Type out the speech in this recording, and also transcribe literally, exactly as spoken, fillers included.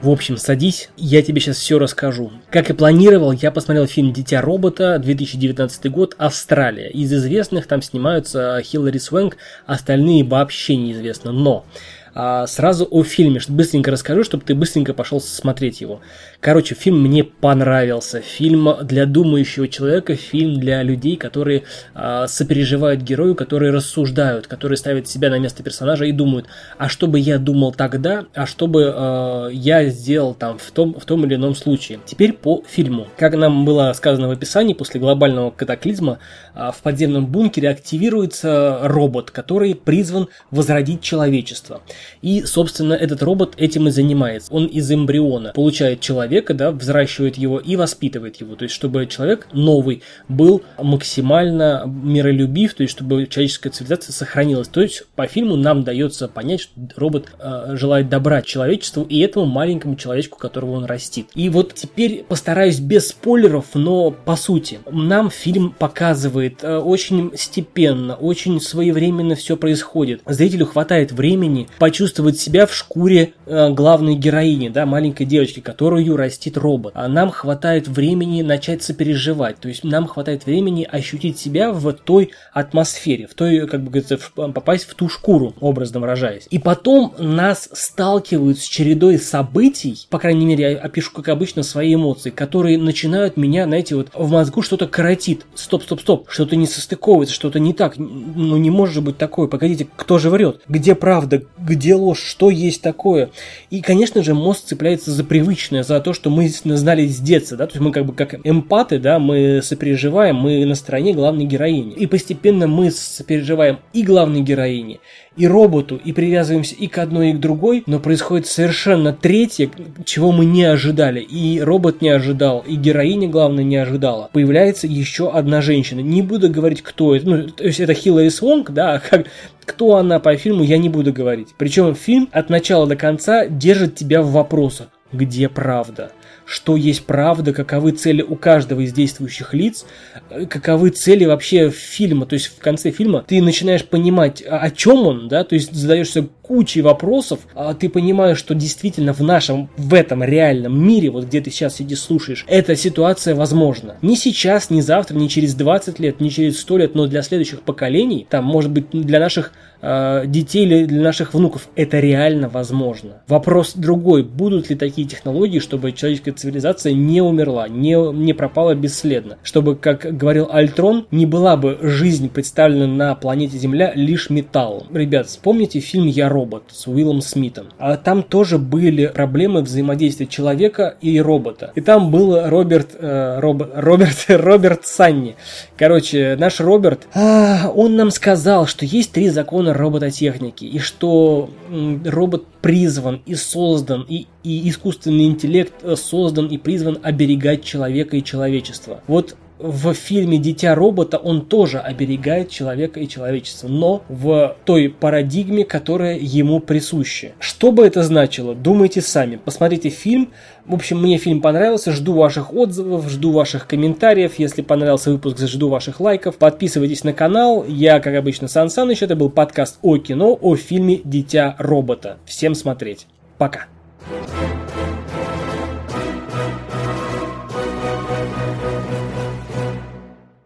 В общем, садись, я тебе сейчас все расскажу. Как и планировал, я посмотрел фильм «Дитя робота», две тысячи девятнадцатый год, Австралия. Из известных там снимаются Хилари Свэнк, остальные вообще неизвестно. Но а, сразу о фильме, что быстренько расскажу, чтобы ты быстренько пошел смотреть его. Короче, фильм мне понравился. Фильм для думающего человека, фильм для людей, которые а, сопереживают герою, которые рассуждают, которые ставят себя на место персонажа и думают, а что бы я думал тогда, а что бы а, я сделал там в том, в том или ином случае. Теперь по фильму. Как нам было сказано в описании, после глобального катаклизма а, в подземном бункере активируется робот, который призван возродить человечество. И, собственно, этот робот этим и занимается. Он из эмбриона получает человека, да, взращивает его и воспитывает его. То есть, чтобы человек новый был максимально миролюбив, то есть, чтобы человеческая цивилизация сохранилась. То есть, по фильму нам дается понять, что робот э, желает добра человечеству и этому маленькому человечку, которого он растит. И вот теперь постараюсь без спойлеров, но по сути. Нам фильм показывает э, очень степенно, очень своевременно все происходит. Зрителю хватает времени почувствовать себя в шкуре э, главной героини, да, маленькой девочки, которую растит робот. А нам хватает времени начать сопереживать, то есть нам хватает времени ощутить себя в той атмосфере, в той, как бы говорится, попасть в ту шкуру, образно выражаясь. И потом нас сталкивают с чередой событий, по крайней мере, я опишу, как обычно, свои эмоции, которые начинают меня, знаете, вот в мозгу что-то коротит. Стоп, стоп, стоп, что-то не состыковывается, что-то не так. Ну не может быть такое. Погодите, кто же врет? Где правда? Где ложь, что есть такое. И, конечно же, мозг цепляется за привычное, за то, что мы знали с детства, да, то есть мы как бы как эмпаты, да, мы сопереживаем, мы на стороне главной героини. И постепенно мы сопереживаем и главной героине, и роботу, и привязываемся и к одной, и к другой, но происходит совершенно третье, чего мы не ожидали. И робот не ожидал, и героиня, главное, не ожидала. Появляется еще одна женщина. Не буду говорить, кто это. Ну, то есть это Хилари Свэнк, да, как... Кто она по фильму, я не буду говорить. Причем фильм от начала до конца держит тебя в вопросах. Где правда? Что есть правда? Каковы цели у каждого из действующих лиц? Каковы цели вообще фильма? То есть в конце фильма ты начинаешь понимать, о чем он, да? То есть задаешься кучей вопросов, а ты понимаешь, что действительно в нашем, в этом реальном мире, вот где ты сейчас сидишь, слушаешь, эта ситуация возможна. Не сейчас, не завтра, не через двадцать лет, не через сто лет, но для следующих поколений, там, может быть, для наших э, детей или для наших внуков, это реально возможно. Вопрос другой, будут ли такие технологии, чтобы человеческая цивилизация не умерла, не, не пропала бесследно, чтобы, как говорил Альтрон, не была бы жизнь представлена на планете Земля лишь металлом. Ребят, вспомните фильм «Я робот» с Уиллом Смитом. А там тоже были проблемы взаимодействия человека и робота. И там был Роберт, э, Роберт, Роберт, Роберт Санни. Короче, наш Роберт, а, он нам сказал, что есть три закона робототехники, и что м, робот призван и создан, и, и искусственный интеллект создан и призван оберегать человека и человечество. Вот в фильме «Дитя робота» он тоже оберегает человека и человечество, но в той парадигме, которая ему присуща. Что бы это значило? Думайте сами. Посмотрите фильм. В общем, мне фильм понравился. Жду ваших отзывов, жду ваших комментариев. Если понравился выпуск, жду ваших лайков. Подписывайтесь на канал. Я, как обычно, Сан Саныч. Это был подкаст о кино, о фильме «Дитя робота». Всем смотреть. Пока.